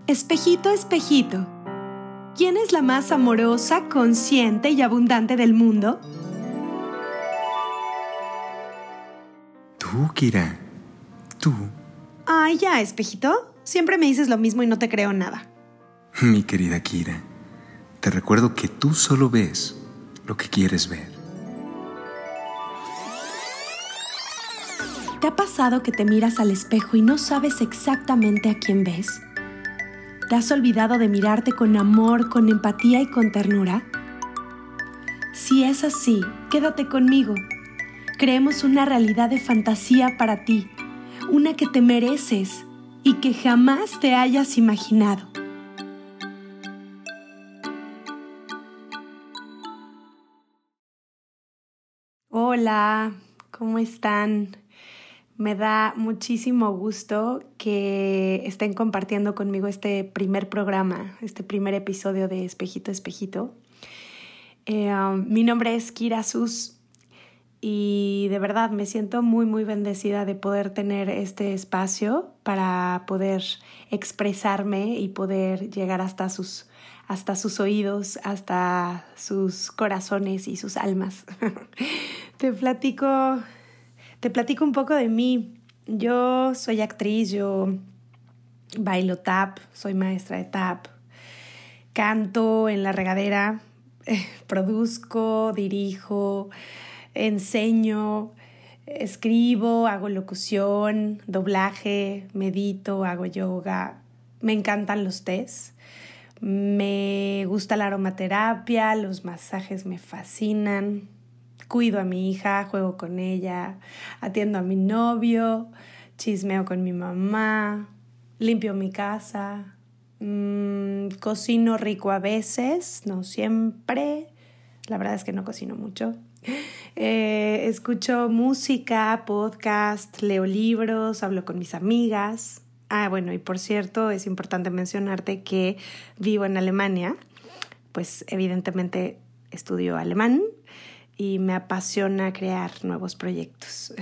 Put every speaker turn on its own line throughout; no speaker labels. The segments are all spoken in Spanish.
Espejito, espejito, ¿quién es la más amorosa, consciente y abundante del mundo?
Tú, Kira. Tú.
Ay, ya, espejito. Siempre me dices lo mismo y no te creo nada.
Mi querida Kira, te recuerdo que tú solo ves lo que quieres ver.
¿Te ha pasado que te miras al espejo y no sabes exactamente a quién ves? ¿Te has olvidado de mirarte con amor, con empatía y con ternura? Si es así, quédate conmigo. Creemos una realidad de fantasía para ti, una que te mereces y que jamás te hayas imaginado. Hola, ¿cómo están? Me da muchísimo gusto que estén compartiendo conmigo este primer programa, este primer episodio de Espejito, Espejito. Mi nombre es Kira Sus y de verdad me siento muy bendecida de poder tener este espacio para poder expresarme y poder llegar hasta sus oídos, hasta sus corazones y sus almas. Te platico un poco de mí. Yo soy actriz, yo bailo tap, soy maestra de tap, canto en la regadera, produzco, dirijo, enseño, escribo, hago locución, doblaje, medito, hago yoga. Me encantan los tés. Me gusta la aromaterapia, los masajes me fascinan. Cuido a mi hija, juego con ella, atiendo a mi novio, chismeo con mi mamá, limpio mi casa, cocino rico a veces, no siempre, la verdad es que no cocino mucho. Escucho música, podcast, leo libros, hablo con mis amigas. Bueno, y por cierto, es importante mencionarte que vivo en Alemania, pues evidentemente estudio alemán y me apasiona crear nuevos proyectos.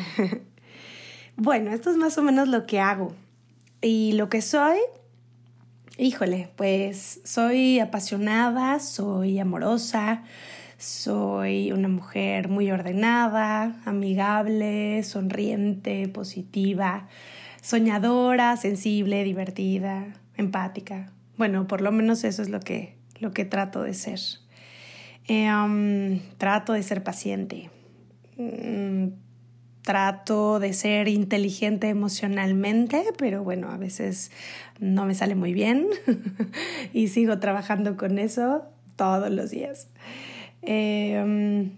Bueno, esto es más o menos lo que hago. Y lo que soy, híjole, pues soy apasionada, soy amorosa, soy una mujer muy ordenada, amigable, sonriente, positiva, soñadora, sensible, divertida, empática. Bueno, por lo menos eso es lo que trato de ser. Trato de ser paciente. Trato de ser inteligente emocionalmente, pero bueno, a veces no me sale muy bien y sigo trabajando con eso todos los días. El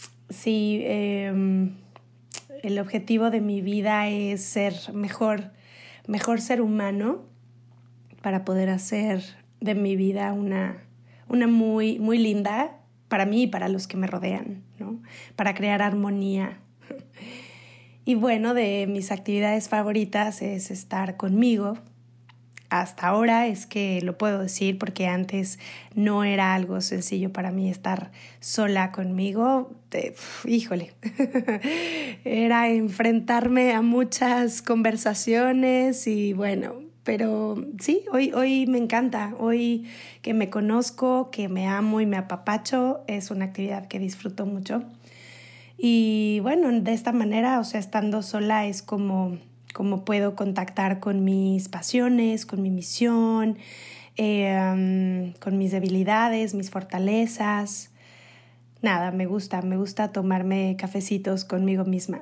objetivo de mi vida es ser mejor ser humano para poder hacer de mi vida una muy, muy linda para mí y para los que me rodean, ¿no? Para crear armonía. Y bueno, de mis actividades favoritas es estar conmigo. Hasta ahora es que lo puedo decir porque antes no era algo sencillo para mí estar sola conmigo. Híjole, era enfrentarme a muchas conversaciones y bueno, pero sí, hoy me encanta. Hoy que me conozco, que me amo y me apapacho, es una actividad que disfruto mucho. Y bueno, de esta manera, o sea, estando sola es como puedo contactar con mis pasiones, con mi misión, con mis debilidades, mis fortalezas. Nada, me gusta tomarme cafecitos conmigo misma.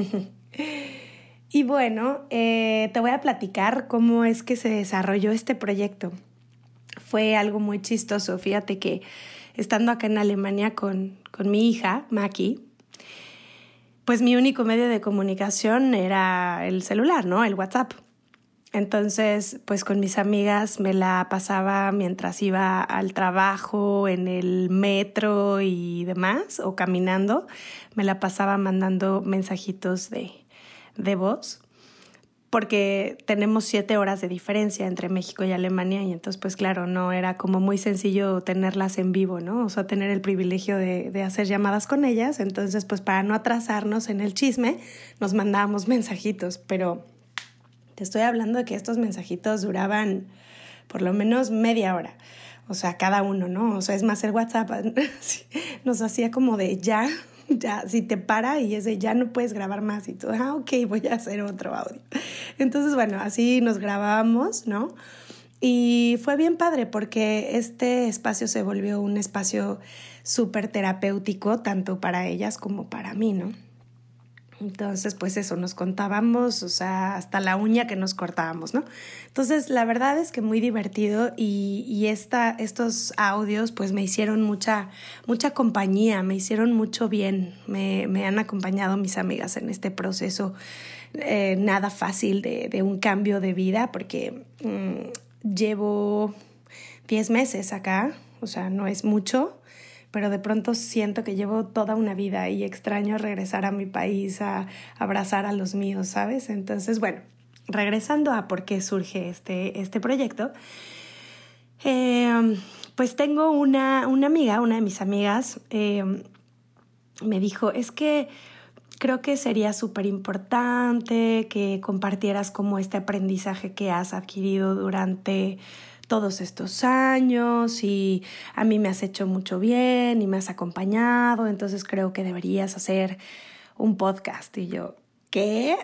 Y bueno, te voy a platicar cómo es que se desarrolló este proyecto. Fue algo muy chistoso. Fíjate que estando acá en Alemania con mi hija, Maki, pues mi único medio de comunicación era el celular, ¿no? El WhatsApp. Entonces, pues con mis amigas me la pasaba mientras iba al trabajo, en el metro y demás, o caminando, me la pasaba mandando mensajitos de voz, porque tenemos 7 horas de diferencia entre México y Alemania y entonces pues claro, no era como muy sencillo tenerlas en vivo, ¿no? O sea, tener el privilegio de hacer llamadas con ellas, entonces pues para no atrasarnos en el chisme nos mandábamos mensajitos, pero te estoy hablando de que estos mensajitos duraban por lo menos media hora. O sea, cada uno, ¿no? O sea, es más, el WhatsApp nos hacía como de ya, si te para y es de ya no puedes grabar más. Y tú, ok, voy a hacer otro audio. Entonces, bueno, así nos grabábamos, ¿no? Y fue bien padre porque este espacio se volvió un espacio súper terapéutico, tanto para ellas como para mí, ¿no? Entonces, pues eso, nos contábamos, o sea, hasta la uña que nos cortábamos, ¿no? Entonces, la verdad es que muy divertido y estos audios, pues me hicieron mucha compañía, me hicieron mucho bien, me han acompañado mis amigas en este proceso nada fácil de un cambio de vida, porque llevo 10 meses acá, o sea, no es mucho, pero de pronto siento que llevo toda una vida y extraño regresar a mi país a abrazar a los míos, ¿sabes? Entonces, bueno, regresando a por qué surge este proyecto, pues tengo una amiga, una de mis amigas, me dijo, es que creo que sería súper importante que compartieras como este aprendizaje que has adquirido durante todos estos años y a mí me has hecho mucho bien y me has acompañado, entonces creo que deberías hacer un podcast. Y yo, ¿qué?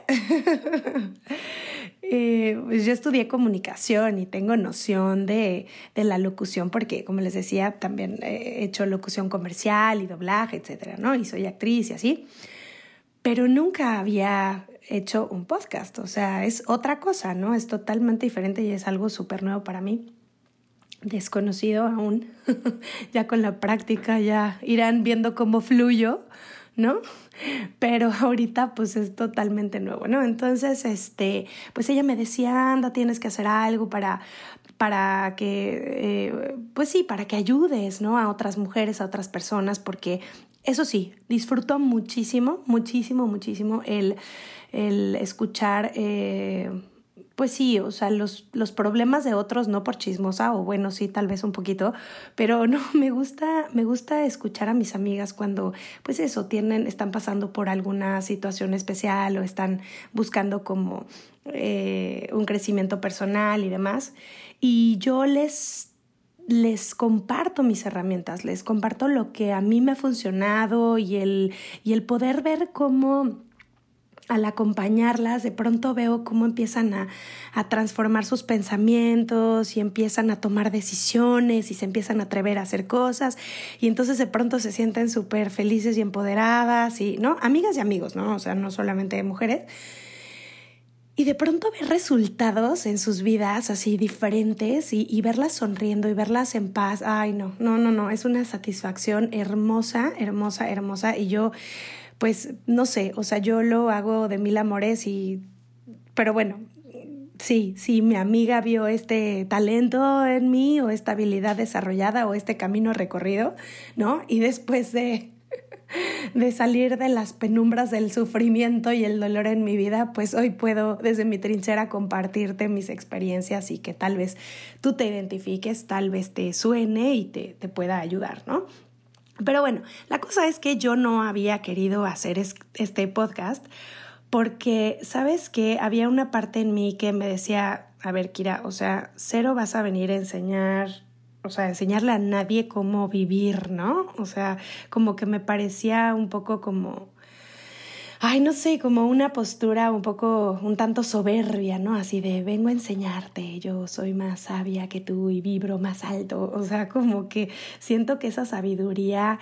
Pues yo estudié comunicación y tengo noción de la locución porque, como les decía, también he hecho locución comercial y doblaje, etcétera, ¿no? Y soy actriz y así. Pero nunca había hecho un podcast, o sea, es otra cosa, ¿no? Es totalmente diferente y es algo súper nuevo para mí, desconocido aún. Ya con la práctica ya irán viendo cómo fluyo, ¿no? Pero ahorita pues es totalmente nuevo, ¿no? Entonces, pues ella me decía, anda, tienes que hacer algo para que, pues sí, para que ayudes, ¿no? A otras mujeres, a otras personas, porque eso sí, disfruto muchísimo el escuchar, pues sí, o sea, los problemas de otros, no por chismosa, o bueno, sí, tal vez un poquito, pero no, me gusta escuchar a mis amigas cuando, pues eso, están pasando por alguna situación especial o están buscando como un crecimiento personal y demás. Y yo les comparto mis herramientas, les comparto lo que a mí me ha funcionado y el poder ver cómo al acompañarlas de pronto veo cómo empiezan a transformar sus pensamientos y empiezan a tomar decisiones y se empiezan a atrever a hacer cosas y entonces de pronto se sienten súper felices y empoderadas y, ¿no? Amigas y amigos, ¿no? O sea, no solamente mujeres. Y de pronto ver resultados en sus vidas así diferentes y verlas sonriendo y verlas en paz. Ay, no. Es una satisfacción hermosa. Y yo, pues, no sé, o sea, yo lo hago de mil amores pero bueno, sí, mi amiga vio este talento en mí o esta habilidad desarrollada o este camino recorrido, ¿no? Y después de salir de las penumbras del sufrimiento y el dolor en mi vida, pues hoy puedo desde mi trinchera compartirte mis experiencias y que tal vez tú te identifiques, tal vez te suene y te pueda ayudar, ¿no? Pero bueno, la cosa es que yo no había querido hacer este podcast porque, ¿sabes qué? Había una parte en mí que me decía, a ver, Kira, o sea, cero vas a venir a enseñarle a nadie cómo vivir, ¿no? O sea, como que me parecía un poco como, ay, no sé, como una postura un tanto soberbia, ¿no? Así de, vengo a enseñarte, yo soy más sabia que tú y vibro más alto. O sea, como que siento que esa sabiduría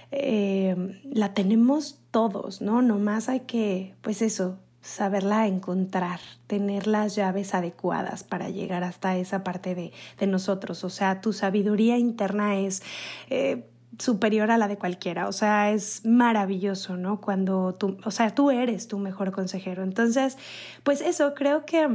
la tenemos todos, ¿no? Nomás hay que, pues eso, saberla encontrar, tener las llaves adecuadas para llegar hasta esa parte de nosotros. O sea, tu sabiduría interna es superior a la de cualquiera. O sea, es maravilloso, ¿no? Cuando tú eres tu mejor consejero. Entonces, pues eso, creo que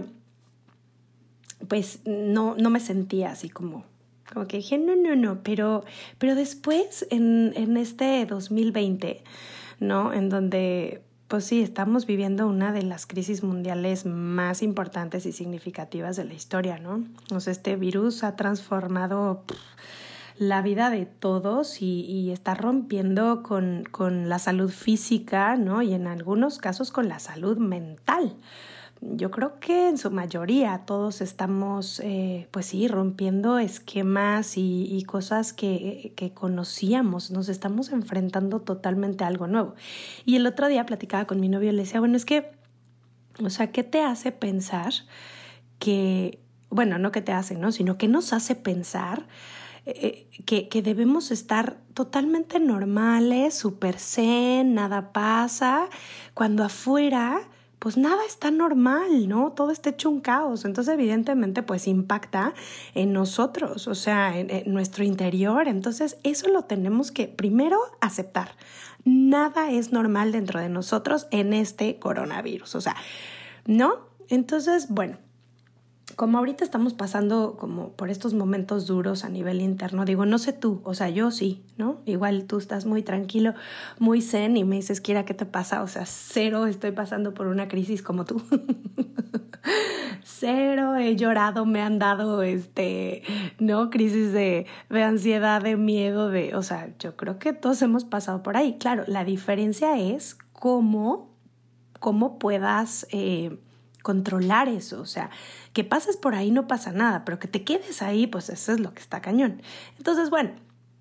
pues no me sentía así como que dije, no, pero después en este 2020, ¿no? En donde pues sí, estamos viviendo una de las crisis mundiales más importantes y significativas de la historia, ¿no? O sea, este virus ha transformado la vida de todos y está rompiendo con la salud física, ¿no? Y en algunos casos con la salud mental, yo creo que en su mayoría todos estamos, pues sí, rompiendo esquemas y cosas que conocíamos. Nos estamos enfrentando totalmente a algo nuevo. Y el otro día platicaba con mi novio y le decía, bueno, es que, o sea, ¿qué te hace pensar que, bueno, no qué te hace, ¿no? Sino que nos hace pensar que debemos estar totalmente normales, súper zen, nada pasa, cuando afuera pues nada está normal, ¿no? Todo está hecho un caos. Entonces, evidentemente, pues impacta en nosotros, o sea, en nuestro interior. Entonces, eso lo tenemos que primero aceptar. Nada es normal dentro de nosotros en este coronavirus, o sea, ¿no? Entonces, bueno, como ahorita estamos pasando como por estos momentos duros a nivel interno, digo, no sé tú, o sea, yo sí, ¿no? Igual tú estás muy tranquilo, muy zen y me dices, Kira, ¿qué te pasa? O sea, cero estoy pasando por una crisis como tú. Cero he llorado, me han dado, ¿no? Crisis de ansiedad, de miedo, o sea, yo creo que todos hemos pasado por ahí. Claro, la diferencia es cómo puedas controlar eso, o sea, que pases por ahí no pasa nada, pero que te quedes ahí, pues eso es lo que está cañón. Entonces, bueno,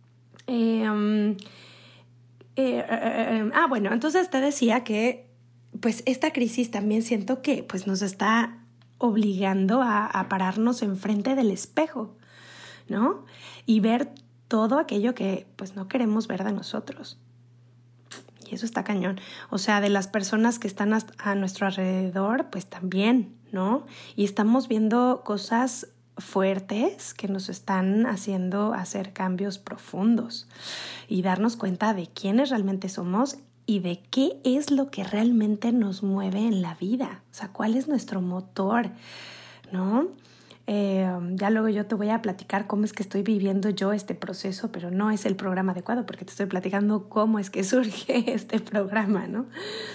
bueno, entonces te decía que pues esta crisis también siento que pues nos está obligando a pararnos enfrente del espejo, ¿no? Y ver todo aquello que pues no queremos ver de nosotros. Y eso está cañón. O sea, de las personas que están a nuestro alrededor, pues también, ¿no? Y estamos viendo cosas fuertes que nos están haciendo hacer cambios profundos y darnos cuenta de quiénes realmente somos y de qué es lo que realmente nos mueve en la vida. O sea, cuál es nuestro motor, ¿no? Ya luego yo te voy a platicar cómo es que estoy viviendo yo este proceso, pero no es el programa adecuado porque te estoy platicando cómo es que surge este programa, ¿no?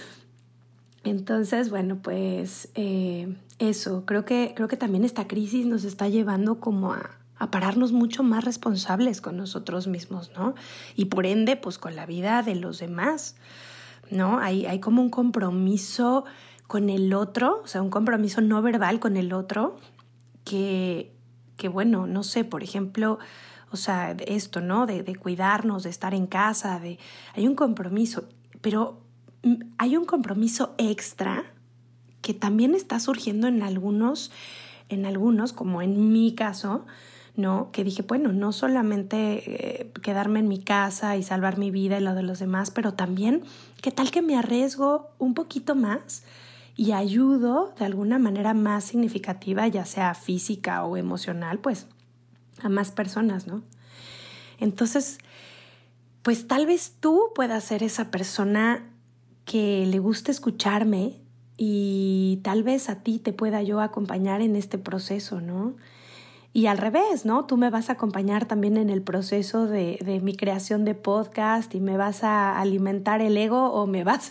Entonces, bueno, pues eso, creo que también esta crisis nos está llevando como a pararnos mucho más responsables con nosotros mismos, ¿no? Y por ende, pues con la vida de los demás, ¿no? Hay como un compromiso con el otro, o sea, un compromiso no verbal con el otro, que bueno, no sé, por ejemplo, o sea, esto, ¿no? De cuidarnos, de estar en casa, hay un compromiso, pero hay un compromiso extra que también está surgiendo en algunos, como en mi caso, ¿no? Que dije, bueno, no solamente quedarme en mi casa y salvar mi vida y la de los demás, pero también, ¿qué tal que me arriesgo un poquito más y ayudo de alguna manera más significativa, ya sea física o emocional, pues a más personas, ¿no? Entonces, pues tal vez tú puedas ser esa persona que le guste escucharme y tal vez a ti te pueda yo acompañar en este proceso, ¿no? Y al revés, ¿no? Tú me vas a acompañar también en el proceso de mi creación de podcast y me vas a alimentar el ego o me vas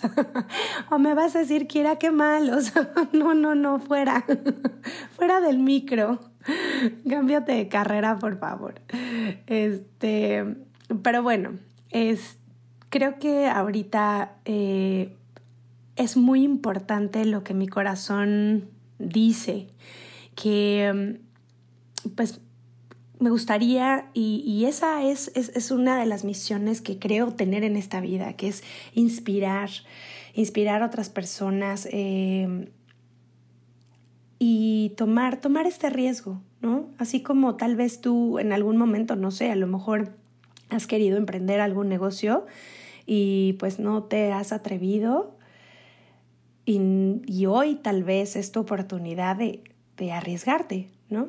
a decir, Kira, qué mal, o sea, no, fuera del micro, cámbiate de carrera, por favor. Pero bueno, creo que ahorita es muy importante lo que mi corazón dice, que pues me gustaría, y esa es una de las misiones que creo tener en esta vida, que es inspirar a otras personas y tomar este riesgo, ¿no? Así como tal vez tú en algún momento, no sé, a lo mejor has querido emprender algún negocio y pues no te has atrevido y hoy tal vez es tu oportunidad de arriesgarte, ¿no?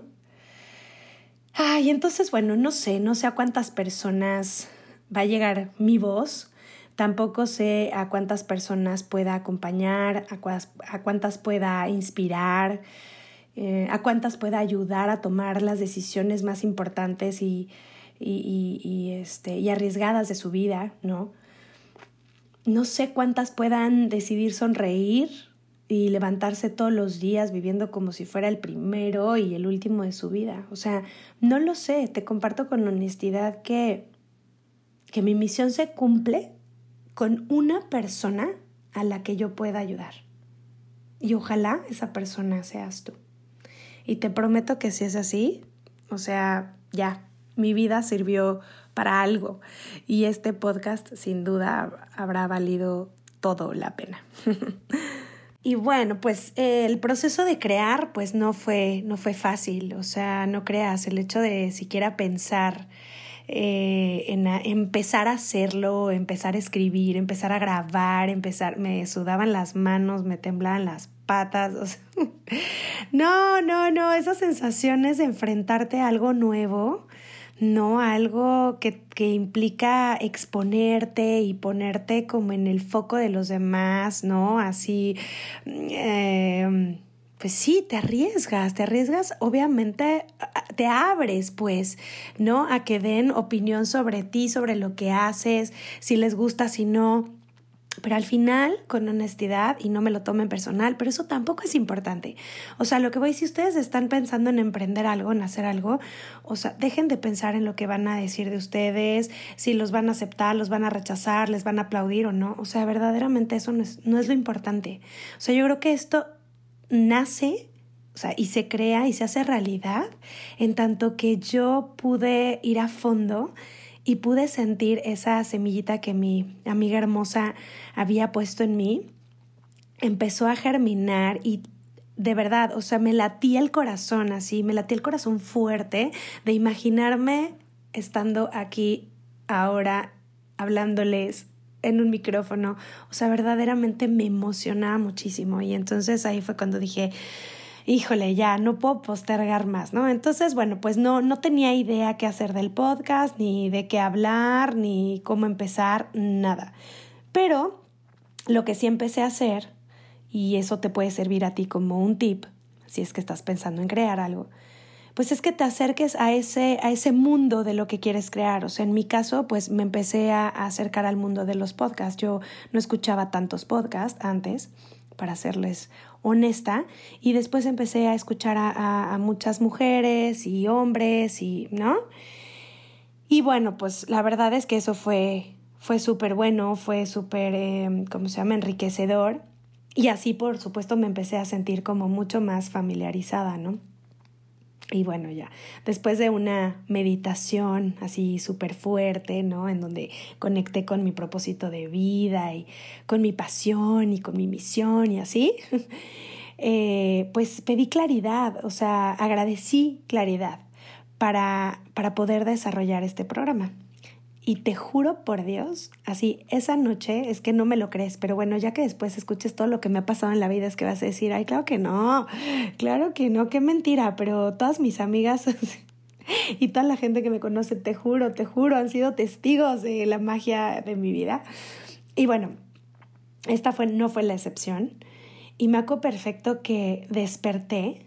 Y entonces, bueno, no sé a cuántas personas va a llegar mi voz, tampoco sé a cuántas personas pueda acompañar, a cuántas pueda inspirar, a cuántas pueda ayudar a tomar las decisiones más importantes y arriesgadas de su vida, ¿no? No sé cuántas puedan decidir sonreír y levantarse todos los días viviendo como si fuera el primero y el último de su vida. O sea, no lo sé, te comparto con honestidad que mi misión se cumple con una persona a la que yo pueda ayudar. y ojalá esa persona seas tú. Y te prometo que si es así, o sea, ya, mi vida sirvió para algo y este podcast sin duda habrá valido todo la pena. Y bueno, pues el proceso de crear pues no fue fácil, o sea, no creas, el hecho de siquiera pensar en empezar a hacerlo, empezar a escribir, empezar a grabar, me sudaban las manos, me temblaban las patas, o sea, no, esas sensaciones de enfrentarte a algo nuevo, no algo que implica exponerte y ponerte como en el foco de los demás, ¿no? Así, pues sí, te arriesgas, obviamente te abres, pues, ¿no? A que den opinión sobre ti, sobre lo que haces, si les gusta, si no. Pero al final, con honestidad, y no me lo tomen personal, pero eso tampoco es importante. O sea, lo que voy, si ustedes están pensando en emprender algo, en hacer algo, o sea, dejen de pensar en lo que van a decir de ustedes, si los van a aceptar, los van a rechazar, les van a aplaudir o no. O sea, verdaderamente eso no es lo importante. O sea, yo creo que esto nace, o sea, y se crea y se hace realidad en tanto que yo pude ir a fondo y pude sentir esa semillita que mi amiga hermosa había puesto en mí, empezó a germinar y de verdad, o sea, me latía el corazón así, me latía el corazón fuerte de imaginarme estando aquí ahora hablándoles en un micrófono. O sea, verdaderamente me emocionaba muchísimo y entonces ahí fue cuando dije, híjole, ya no puedo postergar más, ¿no? Entonces, bueno, pues no tenía idea qué hacer del podcast, ni de qué hablar, ni cómo empezar, nada. Pero lo que sí empecé a hacer, y eso te puede servir a ti como un tip, si es que estás pensando en crear algo, pues es que te acerques a ese mundo de lo que quieres crear. O sea, en mi caso, pues me empecé a acercar al mundo de los podcasts. Yo no escuchaba tantos podcasts antes, para serles honesta, y después empecé a escuchar a muchas mujeres y hombres, y ¿no? Y bueno, pues la verdad es que eso fue súper bueno, fue súper, ¿cómo se llama?, enriquecedor, y así, por supuesto, me empecé a sentir como mucho más familiarizada, ¿no? Y bueno, ya, después de una meditación así súper fuerte, ¿no? En donde conecté con mi propósito de vida y con mi pasión y con mi misión y así, pues pedí claridad, o sea, agradecí claridad para poder desarrollar este programa. Y te juro por Dios, así, esa noche, es que no me lo crees, pero bueno, ya que después escuches todo lo que me ha pasado en la vida, es que vas a decir, ay, claro que no, qué mentira, pero todas mis amigas y toda la gente que me conoce, te juro, han sido testigos de la magia de mi vida. Y bueno, esta no fue la excepción, y me acuerdo perfecto que desperté,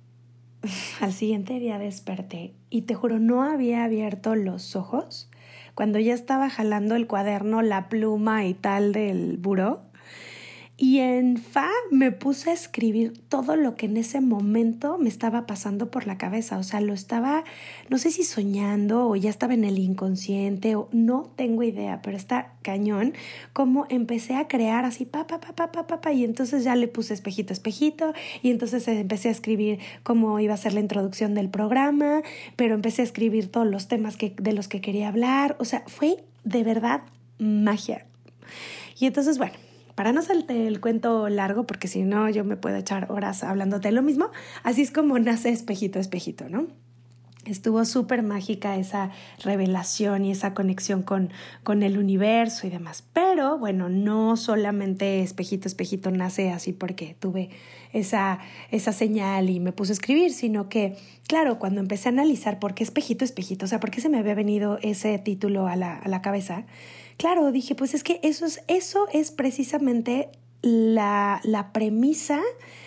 al siguiente día desperté, y te juro, no había abierto los ojos cuando ya estaba jalando el cuaderno, la pluma y tal del buró. Y me puse a escribir todo lo que en ese momento me estaba pasando por la cabeza. O sea, lo estaba, no sé si soñando o ya estaba en el inconsciente o no tengo idea, pero está cañón como empecé a crear así, y entonces ya le puse espejito, y entonces empecé a escribir cómo iba a ser la introducción del programa, pero empecé a escribir todos los temas de los que quería hablar. O sea, fue de verdad magia. Y entonces, bueno, para no hacerte el cuento largo, porque si no yo me puedo echar horas hablándote de lo mismo, así es como nace Espejito, ¿no? Estuvo súper mágica esa revelación y esa conexión con el universo y demás. Pero bueno, no solamente Espejito nace así porque tuve esa señal y me puse a escribir, sino que, claro, cuando empecé a analizar por qué Espejito, o sea, por qué se me había venido ese título a la cabeza, claro, dije, pues es que eso es precisamente la premisa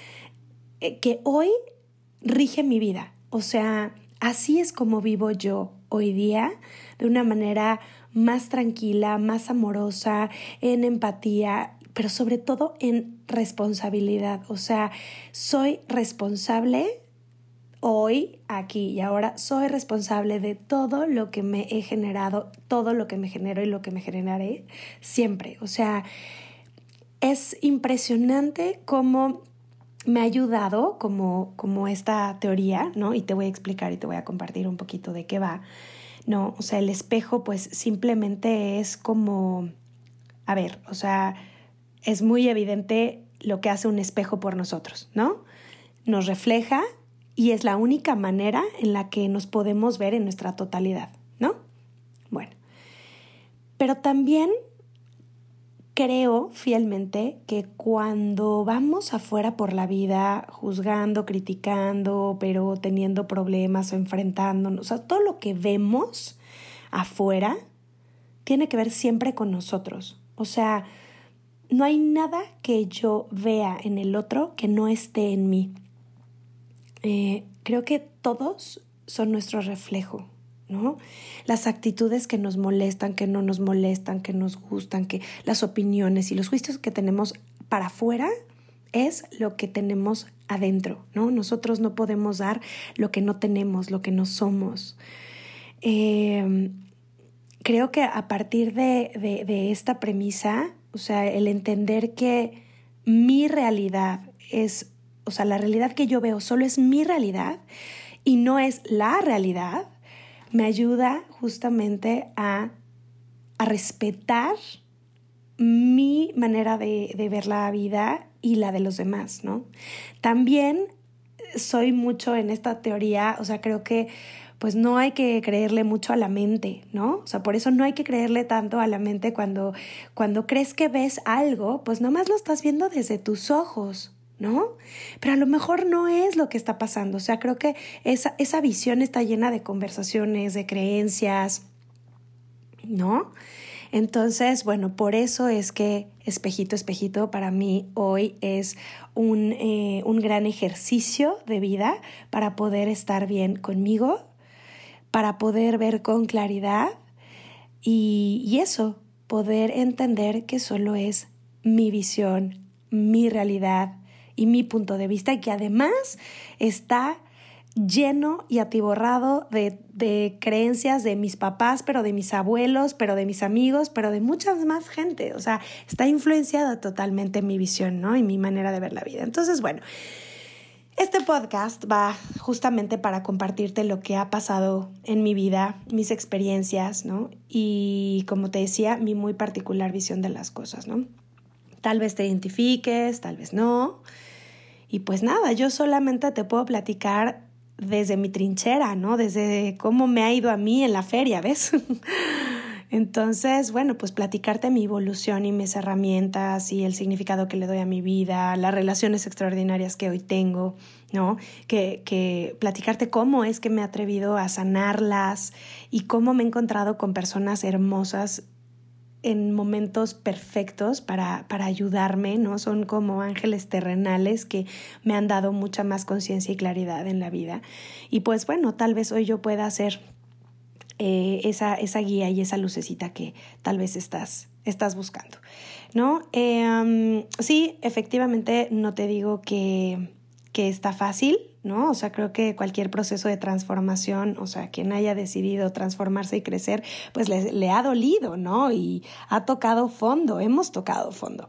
que hoy rige mi vida. O sea, así es como vivo yo hoy día, de una manera más tranquila, más amorosa, en empatía, pero sobre todo en responsabilidad. O sea, soy responsable hoy, aquí y ahora, soy responsable de todo lo que me he generado, todo lo que me genero y lo que me generaré siempre. O sea, es impresionante cómo me ha ayudado como esta teoría, ¿no? Y te voy a explicar y te voy a compartir un poquito de qué va, ¿no? O sea, el espejo pues simplemente es como, a ver, o sea, es muy evidente lo que hace un espejo por nosotros, ¿no? Nos refleja y es la única manera en la que nos podemos ver en nuestra totalidad, ¿no? Bueno, pero también creo fielmente que cuando vamos afuera por la vida juzgando, criticando, pero teniendo problemas o enfrentándonos, o sea, todo lo que vemos afuera tiene que ver siempre con nosotros. O sea, no hay nada que yo vea en el otro que no esté en mí. Creo que todos son nuestro reflejo, ¿no? Las actitudes que nos molestan, que no nos molestan, que nos gustan, que las opiniones y los juicios que tenemos para afuera es lo que tenemos adentro, ¿no? Nosotros no podemos dar lo que no tenemos, lo que no somos. Creo que a partir de esta premisa, o sea, el entender que mi realidad es, o sea, la realidad que yo veo solo es mi realidad y no es la realidad, me ayuda justamente a respetar mi manera de ver la vida y la de los demás, ¿no? También soy mucho en esta teoría, o sea, creo que pues no hay que creerle mucho a la mente, ¿no? O sea, por eso no hay que creerle tanto a la mente cuando crees que ves algo, pues nomás lo estás viendo desde tus ojos, ¿no? Pero a lo mejor no es lo que está pasando. O sea, creo que esa visión está llena de conversaciones, de creencias, ¿no? Entonces, bueno, por eso es que Espejito, Espejito para mí hoy es un gran ejercicio de vida para poder estar bien conmigo, para poder ver con claridad y eso, poder entender que solo es mi visión, mi realidad y mi punto de vista y que además está lleno y atiborrado de creencias de mis papás, pero de mis abuelos, pero de mis amigos, pero de muchas más gente. O sea, está influenciada totalmente mi visión, ¿no? Y mi manera de ver la vida. Entonces, bueno, este podcast va justamente para compartirte lo que ha pasado en mi vida, mis experiencias, ¿no? Y como te decía, mi muy particular visión de las cosas, ¿no? Tal vez te identifiques, tal vez no. Y pues nada, yo solamente te puedo platicar desde mi trinchera, ¿no? Desde cómo me ha ido a mí en la feria, ¿ves? Entonces, bueno, pues platicarte mi evolución y mis herramientas y el significado que le doy a mi vida, las relaciones extraordinarias que hoy tengo, ¿no? Que platicarte cómo es que me he atrevido a sanarlas y cómo me he encontrado con personas hermosas en momentos perfectos para ayudarme, ¿no? Son como ángeles terrenales que me han dado mucha más conciencia y claridad en la vida. Y pues bueno, tal vez hoy yo pueda hacer esa guía y esa lucecita que tal vez estás buscando, ¿no? Sí, efectivamente no te digo que está fácil, ¿no? O sea, creo que cualquier proceso de transformación, o sea, quien haya decidido transformarse y crecer, pues le ha dolido, ¿no? Y ha tocado fondo, hemos tocado fondo.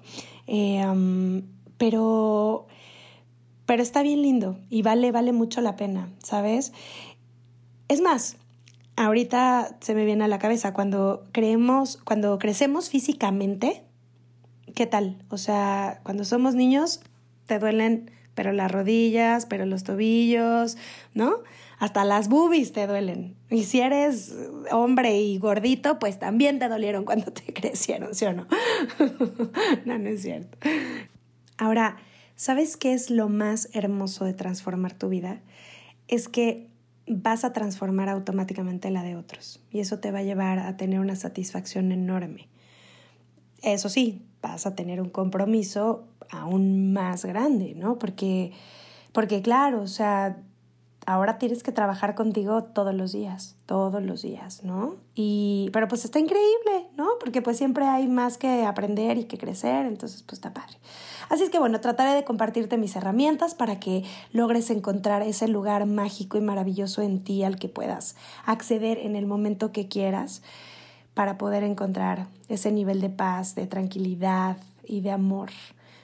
Pero está bien lindo y vale mucho la pena, ¿sabes? Es más, ahorita se me viene a la cabeza, cuando crecemos físicamente, ¿qué tal? O sea, cuando somos niños te duelen, pero las rodillas, pero los tobillos, ¿no? Hasta las boobies te duelen. Y si eres hombre y gordito, pues también te dolieron cuando te crecieron, ¿sí o no? No es cierto. Ahora, ¿sabes qué es lo más hermoso de transformar tu vida? Es que vas a transformar automáticamente la de otros y eso te va a llevar a tener una satisfacción enorme. Eso sí, vas a tener un compromiso aún más grande, ¿no? Porque claro, o sea, ahora tienes que trabajar contigo todos los días, ¿no? Pero pues está increíble, ¿no? Porque pues siempre hay más que aprender y que crecer, entonces pues está padre. Así es que bueno, trataré de compartirte mis herramientas para que logres encontrar ese lugar mágico y maravilloso en ti al que puedas acceder en el momento que quieras para poder encontrar ese nivel de paz, de tranquilidad y de amor,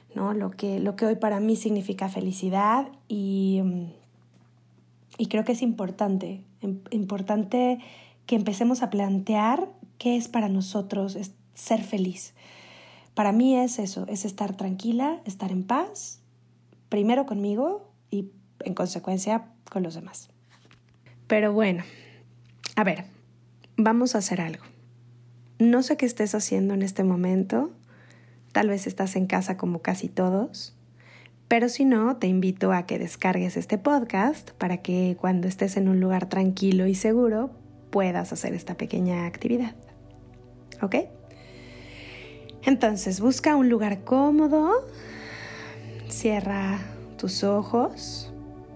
¿no? Lo que hoy para mí significa felicidad y creo que es importante que empecemos a plantear qué es para nosotros ser feliz. Para mí es eso, es estar tranquila, estar en paz, primero conmigo y en consecuencia con los demás. Pero bueno, a ver, vamos a hacer algo. No sé qué estés haciendo en este momento, tal vez estás en casa como casi todos, pero si no, te invito a que descargues este podcast para que cuando estés en un lugar tranquilo y seguro puedas hacer esta pequeña actividad. ¿Ok? Entonces, busca un lugar cómodo, cierra tus ojos,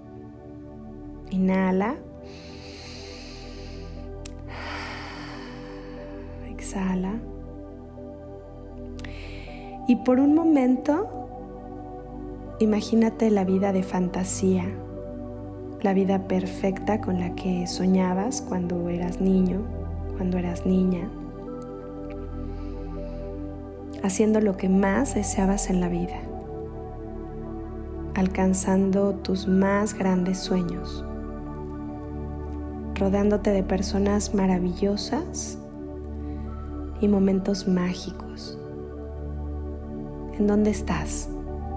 inhala, exhala y por un momento imagínate la vida de fantasía, la vida perfecta con la que soñabas cuando eras niño, cuando eras niña, haciendo lo que más deseabas en la vida, alcanzando tus más grandes sueños, rodeándote de personas maravillosas y momentos mágicos. ¿En dónde estás?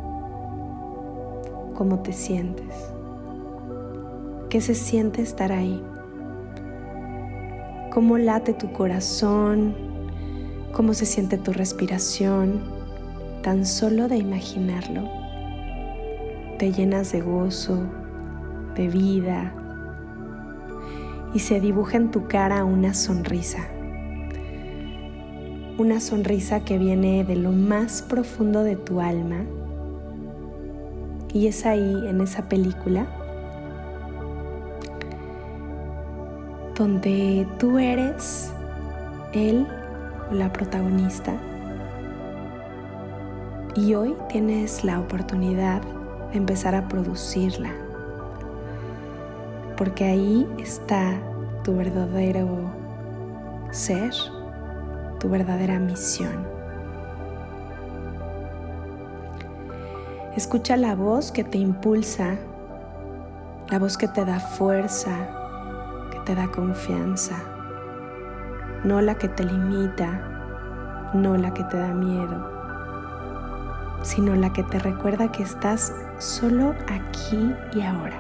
¿Cómo te sientes? ¿Qué se siente estar ahí? ¿Cómo late tu corazón? ¿Cómo se siente tu respiración? Tan solo de imaginarlo, te llenas de gozo, de vida, y se dibuja en tu cara una sonrisa. Una sonrisa que viene de lo más profundo de tu alma. Y es ahí, en esa película, donde tú eres él o la protagonista. Y hoy tienes la oportunidad de empezar a producirla. Porque ahí está tu verdadero ser, tu verdadera misión. Escucha la voz que te impulsa, la voz que te da fuerza, que te da confianza, no la que te limita, no la que te da miedo, sino la que te recuerda que estás solo aquí y ahora,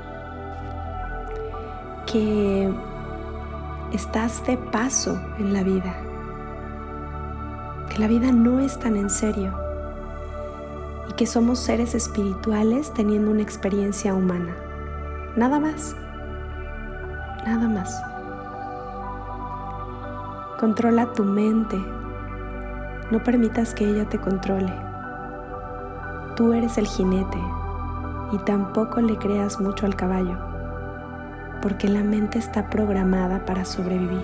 que estás de paso en la vida, que la vida no es tan en serio y que somos seres espirituales teniendo una experiencia humana. Nada más. Nada más. Controla tu mente. No permitas que ella te controle. Tú eres el jinete y tampoco le creas mucho al caballo, porque la mente está programada para sobrevivir.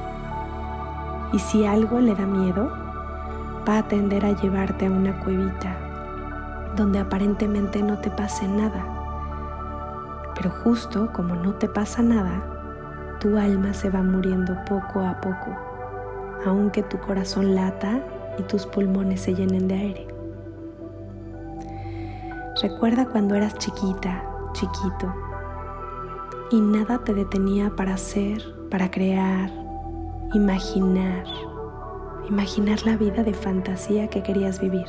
Y si algo le da miedo, va a tender a llevarte a una cuevita donde aparentemente no te pase nada. Pero justo como no te pasa nada, tu alma se va muriendo poco a poco, aunque tu corazón lata y tus pulmones se llenen de aire. Recuerda cuando eras chiquita, chiquito, y nada te detenía para hacer, para crear, imaginar la vida de fantasía que querías vivir.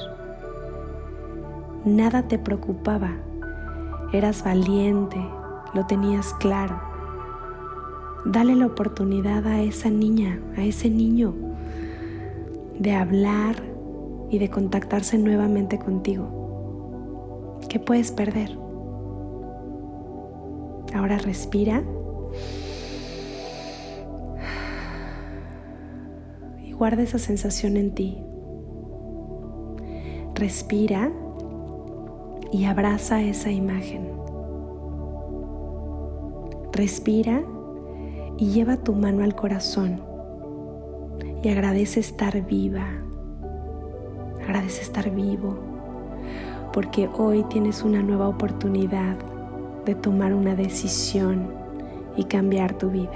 Nada te preocupaba, eras valiente, lo tenías claro. Dale la oportunidad a esa niña, a ese niño, de hablar y de contactarse nuevamente contigo. ¿Qué puedes perder? Ahora respira y guarda esa sensación en ti. Respira y abraza esa imagen. Respira y lleva tu mano al corazón y agradece estar viva. Agradece estar vivo, porque hoy tienes una nueva oportunidad de tomar una decisión y cambiar tu vida.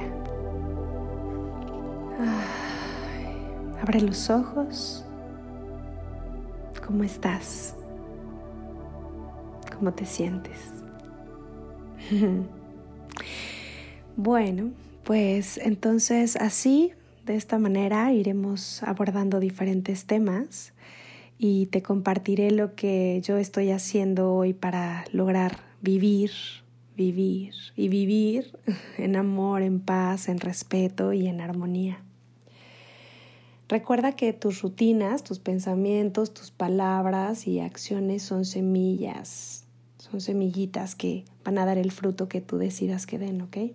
Abre los ojos. ¿Cómo estás? cómo te sientes. Bueno, pues entonces así, de esta manera, iremos abordando diferentes temas y te compartiré lo que yo estoy haciendo hoy para lograr vivir en amor, en paz, en respeto y en armonía. Recuerda que tus rutinas, tus pensamientos, tus palabras y acciones son semillas, son semillitas que van a dar el fruto que tú decidas que den, ¿ok?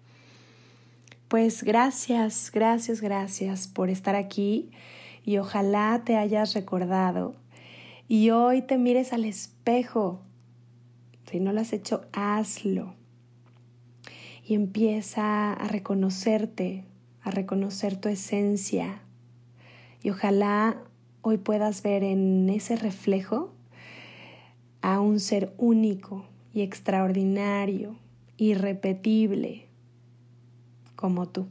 Pues gracias por estar aquí y ojalá te hayas recordado y hoy te mires al espejo. Si no lo has hecho, hazlo y empieza a reconocerte, a reconocer tu esencia. Y ojalá hoy puedas ver en ese reflejo a un ser único y extraordinario, irrepetible, como tú.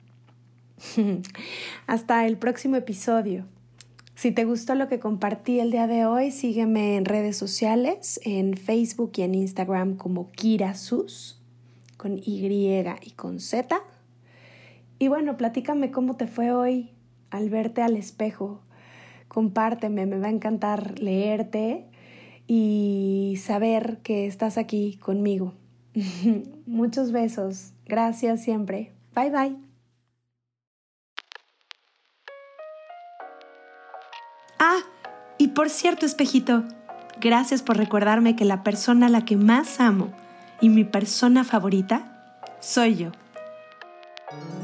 Hasta el próximo episodio. Si te gustó lo que compartí el día de hoy, sígueme en redes sociales, en Facebook y en Instagram como Kira Sus, con Y y con Z. Y bueno, platícame cómo te fue hoy al verte al espejo. Compárteme, me va a encantar leerte y saber que estás aquí conmigo. Muchos besos. Gracias siempre. Bye, bye. Y por cierto, espejito, gracias por recordarme que la persona a la que más amo y mi persona favorita soy yo.